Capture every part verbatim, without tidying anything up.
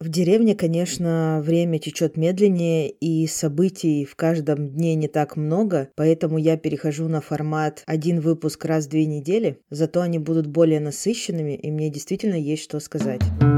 В деревне, конечно, время течет медленнее, и событий в каждом дне не так много, поэтому я перехожу на формат один выпуск раз в две недели, зато они будут более насыщенными, и мне действительно есть что сказать.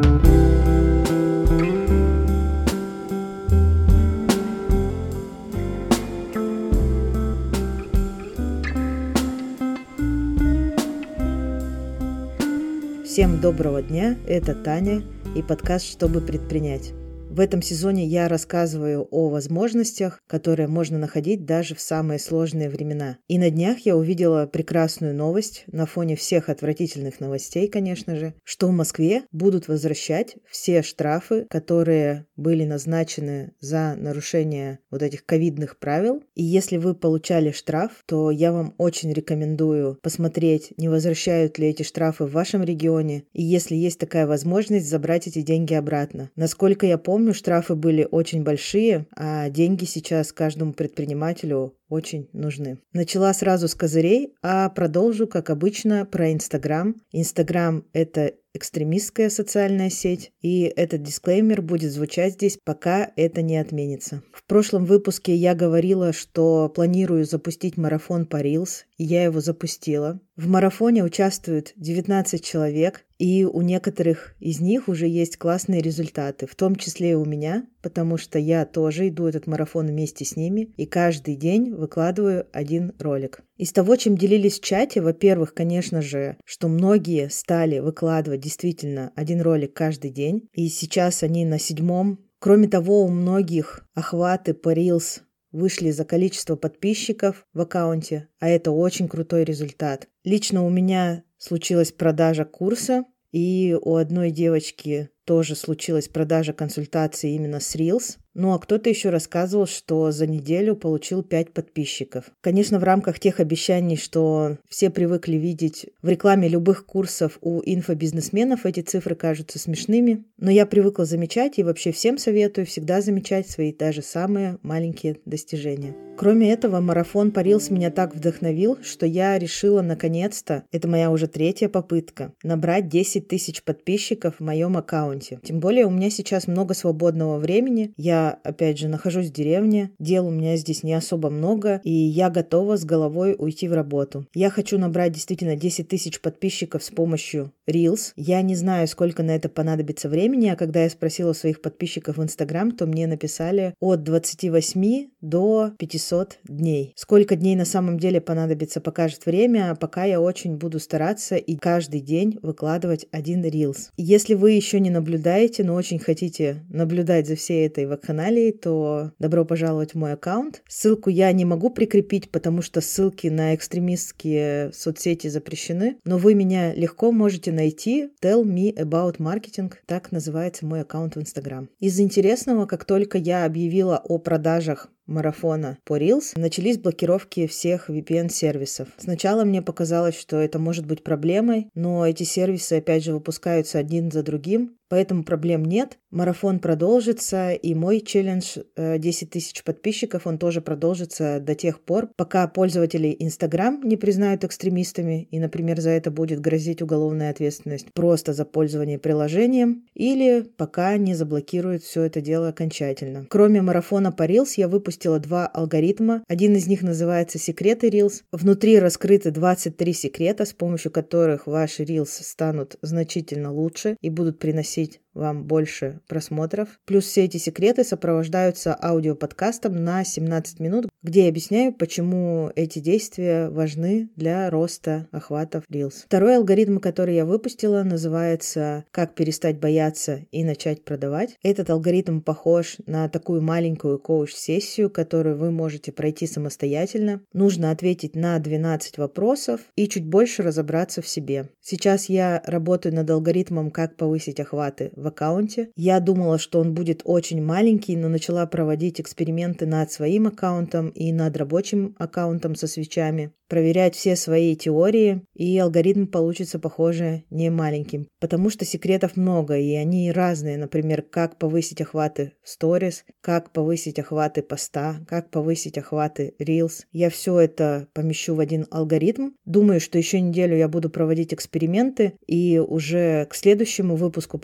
Всем доброго дня, это Таня и подкаст «Чтобы предпринять». В этом сезоне я рассказываю о возможностях, которые можно находить даже в самые сложные времена. И на днях я увидела прекрасную новость, на фоне всех отвратительных новостей, конечно же, что в Москве будут возвращать все штрафы, которые были назначены за нарушение вот этих ковидных правил. И если вы получали штраф, то я вам очень рекомендую посмотреть, не возвращают ли эти штрафы в вашем регионе, и если есть такая возможность, забрать эти деньги обратно. Насколько я помню, штрафы были очень большие, а деньги сейчас каждому предпринимателю очень нужны. Начала сразу с козырей, а продолжу, как обычно, про Инстаграм. Инстаграм — это экстремистская социальная сеть, и этот дисклеймер будет звучать здесь, пока это не отменится. В прошлом выпуске я говорила, что планирую запустить марафон по Reels, и я его запустила. В марафоне участвуют девятнадцать человек, и у некоторых из них уже есть классные результаты, в том числе и у меня, потому что я тоже иду этот марафон вместе с ними, и каждый день выкладываю один ролик. Из того, чем делились в чате, во-первых, конечно же, что многие стали выкладывать действительно один ролик каждый день, и сейчас они на седьмом. Кроме того, у многих охваты по Reels вышли за количество подписчиков в аккаунте, а это очень крутой результат. Лично у меня случилась продажа курса, и у одной девочки тоже случилась продажа консультации именно с Reels. Ну а кто-то еще рассказывал, что за неделю получил пять подписчиков. Конечно, в рамках тех обещаний, что все привыкли видеть в рекламе любых курсов у инфобизнесменов, эти цифры кажутся смешными. Но я привыкла замечать и вообще всем советую всегда замечать свои даже самые маленькие достижения. Кроме этого, марафон по Reels меня так вдохновил, что я решила наконец-то, это моя уже третья попытка, набрать десять тысяч подписчиков в моем аккаунте. Тем более у меня сейчас много свободного времени, я опять же нахожусь в деревне, дел у меня здесь не особо много, и я готова с головой уйти в работу. Я хочу набрать действительно десять тысяч подписчиков с помощью Reels. Я не знаю, сколько на это понадобится времени, а когда я спросила своих подписчиков в Instagram, то мне написали от двадцати восьми до пятисот дней. Сколько дней на самом деле понадобится, покажет время, а пока я очень буду стараться и каждый день выкладывать один Reels. Если вы еще не наблюдаете, но очень хотите наблюдать за всей этой вакханалией, то добро пожаловать в мой аккаунт. Ссылку я не могу прикрепить, потому что ссылки на экстремистские соцсети запрещены, но вы меня легко можете найти. Tell me about marketing, так называется мой аккаунт в Instagram. Из интересного, как только я объявила о продажах марафона по Reels, начались блокировки всех ви пи эн-сервисов. Сначала мне показалось, что это может быть проблемой, но эти сервисы опять же выпускаются один за другим, поэтому проблем нет. Марафон продолжится, и мой челлендж десять тысяч подписчиков, он тоже продолжится до тех пор, пока пользователи Instagram не признают экстремистами, и, например, за это будет грозить уголовная ответственность просто за пользование приложением, или пока не заблокируют все это дело окончательно. Кроме марафона по Reels, я выпустила два алгоритма. Один из них называется «Секреты Reels». Внутри раскрыты двадцать три секрета, с помощью которых ваши Reels станут значительно лучше и будут приносить вам больше просмотров. Плюс все эти секреты сопровождаются аудиоподкастом на семнадцать минут, где я объясняю, почему эти действия важны для роста охватов Reels. Второй алгоритм, который я выпустила, называется «Как перестать бояться и начать продавать». Этот алгоритм похож на такую маленькую коуч-сессию, которую вы можете пройти самостоятельно. Нужно ответить на двенадцать вопросов и чуть больше разобраться в себе. Сейчас я работаю над алгоритмом «Как повысить охваты в аккаунте». Я думала, что он будет очень маленький, но начала проводить эксперименты над своим аккаунтом и над рабочим аккаунтом со свечами, проверять все свои теории, и алгоритм получится, похоже, не маленьким, потому что секретов много, и они разные. Например, как повысить охваты в сторис, как повысить охваты поста, как повысить охваты Reels. Я все это помещу в один алгоритм. Думаю, что еще неделю я буду проводить эксперименты, и уже к следующему выпуску подкаста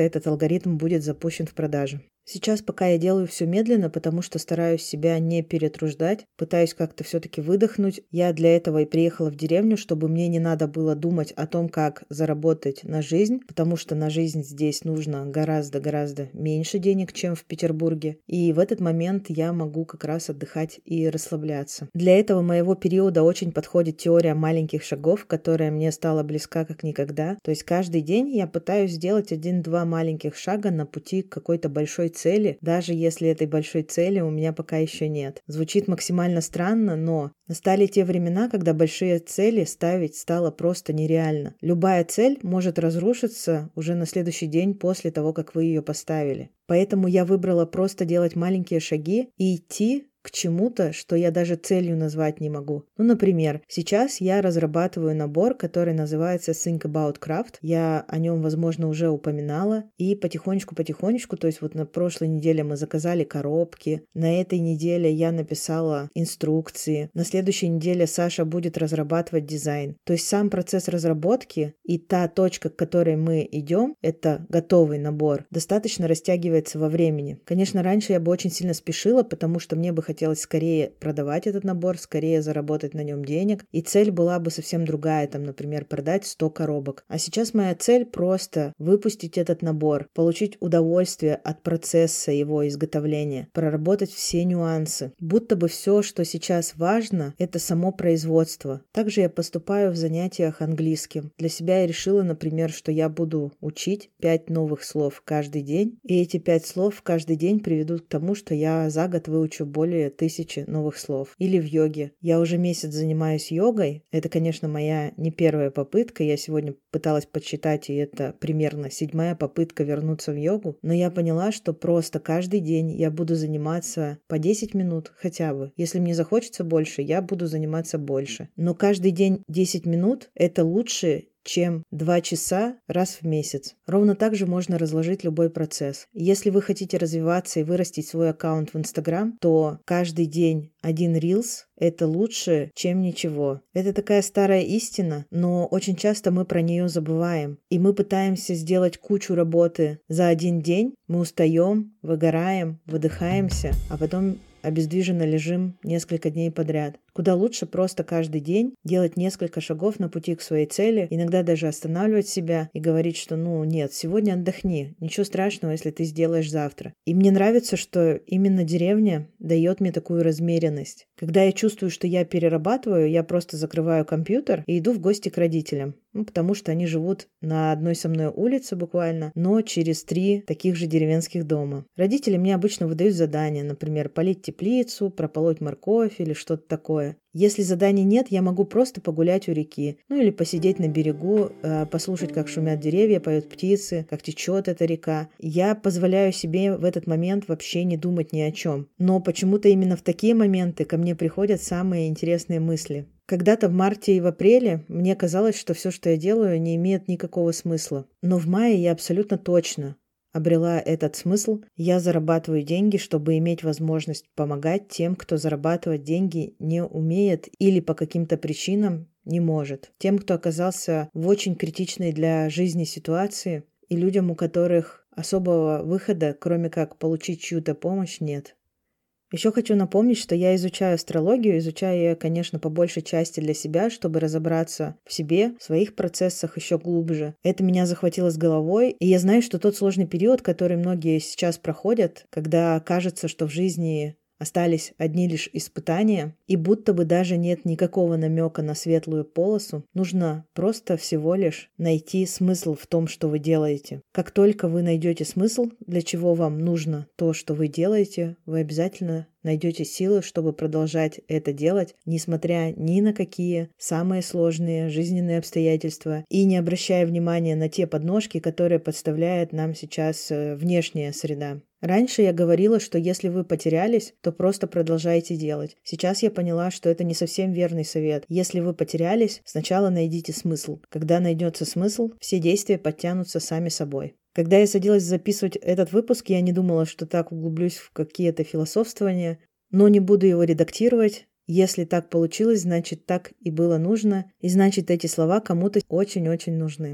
этот алгоритм будет запущен в продажу. Сейчас пока я делаю все медленно, потому что стараюсь себя не перетруждать, пытаюсь как-то все-таки выдохнуть. Я для этого и приехала в деревню, чтобы мне не надо было думать о том, как заработать на жизнь, потому что на жизнь здесь нужно гораздо-гораздо меньше денег, чем в Петербурге. И в этот момент я могу как раз отдыхать и расслабляться. Для этого моего периода очень подходит теория маленьких шагов, которая мне стала близка как никогда. То есть каждый день я пытаюсь сделать один-два маленьких шага на пути к какой-то большой цели, даже если этой большой цели у меня пока еще нет. Звучит максимально странно, но настали те времена, когда большие цели ставить стало просто нереально. Любая цель может разрушиться уже на следующий день после того, как вы ее поставили. Поэтому я выбрала просто делать маленькие шаги и идти к чему-то, что я даже целью назвать не могу. Ну, например, сейчас я разрабатываю набор, который называется Think About Craft. Я о нем, возможно, уже упоминала. И потихонечку-потихонечку, то есть вот на прошлой неделе мы заказали коробки, на этой неделе я написала инструкции, на следующей неделе Саша будет разрабатывать дизайн. То есть сам процесс разработки и та точка, к которой мы идем, это готовый набор, достаточно растягивается во времени. Конечно, раньше я бы очень сильно спешила, потому что мне бы хотелось Хотелось скорее продавать этот набор, скорее заработать на нем денег. И цель была бы совсем другая, там, например, продать сто коробок. А сейчас моя цель просто выпустить этот набор, получить удовольствие от процесса его изготовления, проработать все нюансы. Будто бы все, что сейчас важно, это само производство. Также я поступаю в занятиях английским. Для себя я решила, например, что я буду учить пять новых слов каждый день. И эти пять слов каждый день приведут к тому, что я за год выучу более тысячи новых слов. Или в йоге. Я уже месяц занимаюсь йогой. Это, конечно, моя не первая попытка. Я сегодня пыталась подсчитать, и это примерно седьмая попытка вернуться в йогу. Но я поняла, что просто каждый день я буду заниматься по десять минут хотя бы. Если мне захочется больше, я буду заниматься больше. Но каждый день десять минут – это лучше, чем два часа раз в месяц. Ровно так же можно разложить любой процесс. Если вы хотите развиваться и вырастить свой аккаунт в Инстаграм, то каждый день один рилс – это лучше, чем ничего. Это такая старая истина, но очень часто мы про нее забываем. И мы пытаемся сделать кучу работы за один день, мы устаем, выгораем, выдыхаемся, а потом обездвиженно лежим несколько дней подряд. Куда лучше просто каждый день делать несколько шагов на пути к своей цели, иногда даже останавливать себя и говорить, что ну нет, сегодня отдохни, ничего страшного, если ты сделаешь завтра. И мне нравится, что именно деревня дает мне такую размеренность. Когда я чувствую, что я перерабатываю, я просто закрываю компьютер и иду в гости к родителям. Ну, потому что они живут на одной со мной улице буквально, но через три таких же деревенских дома. Родители мне обычно выдают задания, например, полить теплицу, прополоть морковь или что-то такое. Если заданий нет, я могу просто погулять у реки, ну или посидеть на берегу, послушать, как шумят деревья, поют птицы, как течет эта река. Я позволяю себе в этот момент вообще не думать ни о чем. Но почему-то именно в такие моменты ко мне приходят самые интересные мысли. Когда-то в марте и в апреле мне казалось, что все, что я делаю, не имеет никакого смысла. Но в мае я абсолютно точно обрела этот смысл. Я зарабатываю деньги, чтобы иметь возможность помогать тем, кто зарабатывать деньги не умеет или по каким-то причинам не может. Тем, кто оказался в очень критичной для жизни ситуации, и людям, у которых особого выхода, кроме как получить чью-то помощь, нет. Еще хочу напомнить, что я изучаю астрологию, изучаю ее, конечно, по большей части для себя, чтобы разобраться в себе, в своих процессах еще глубже. Это меня захватило с головой, и я знаю, что тот сложный период, который многие сейчас проходят, когда кажется, что в жизни остались одни лишь испытания, и будто бы даже нет никакого намека на светлую полосу, нужно просто всего лишь найти смысл в том, что вы делаете. Как только вы найдете смысл, для чего вам нужно то, что вы делаете, вы обязательно найдете силы, чтобы продолжать это делать, несмотря ни на какие самые сложные жизненные обстоятельства и не обращая внимания на те подножки, которые подставляет нам сейчас внешняя среда. Раньше я говорила, что если вы потерялись, то просто продолжайте делать. Сейчас я поняла, что это не совсем верный совет. Если вы потерялись, сначала найдите смысл. Когда найдется смысл, все действия подтянутся сами собой. Когда я садилась записывать этот выпуск, я не думала, что так углублюсь в какие-то философствования, но не буду его редактировать. Если так получилось, значит так и было нужно, и значит эти слова кому-то очень-очень нужны.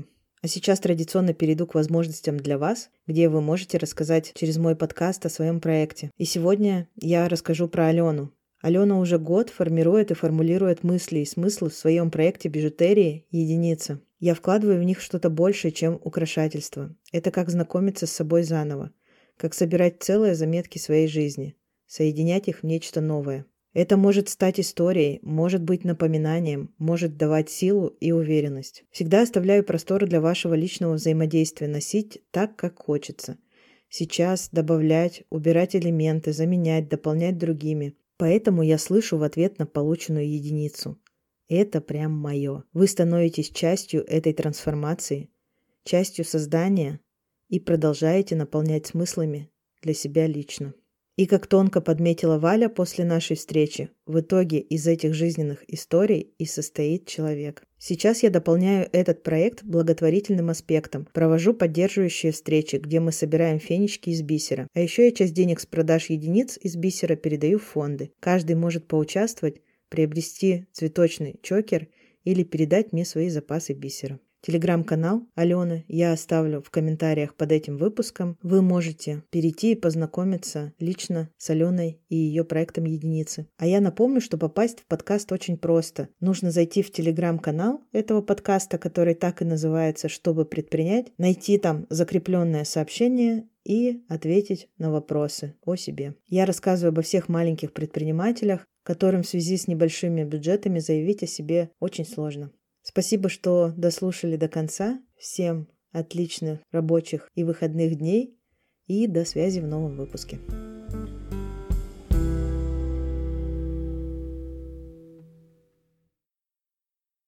А сейчас традиционно перейду к возможностям для вас, где вы можете рассказать через мой подкаст о своем проекте. И сегодня я расскажу про Алену. Алена уже год формирует и формулирует мысли и смыслы в своем проекте бижутерии «Единица». Я вкладываю в них что-то большее, чем украшательство. Это как знакомиться с собой заново, как собирать целые заметки своей жизни, соединять их в нечто новое. Это может стать историей, может быть напоминанием, может давать силу и уверенность. Всегда оставляю простор для вашего личного взаимодействия, носить так, как хочется. Сейчас добавлять, убирать элементы, заменять, дополнять другими. Поэтому я слышу в ответ на полученную единицу. Это прям мое. Вы становитесь частью этой трансформации, частью создания и продолжаете наполнять смыслами для себя лично. И как тонко подметила Валя после нашей встречи, в итоге из этих жизненных историй и состоит человек. Сейчас я дополняю этот проект благотворительным аспектом, провожу поддерживающие встречи, где мы собираем фенечки из бисера. А еще я часть денег с продаж единиц из бисера передаю в фонды. Каждый может поучаствовать, приобрести цветочный чокер или передать мне свои запасы бисера. Телеграм-канал Алены я оставлю в комментариях под этим выпуском. Вы можете перейти и познакомиться лично с Аленой и ее проектом «Единицы». А я напомню, что попасть в подкаст очень просто. Нужно зайти в телеграм-канал этого подкаста, который так и называется «Чтобы предпринять», найти там закрепленное сообщение и ответить на вопросы о себе. Я рассказываю обо всех маленьких предпринимателях, которым в связи с небольшими бюджетами заявить о себе очень сложно. Спасибо, что дослушали до конца. Всем отличных рабочих и выходных дней. И до связи в новом выпуске.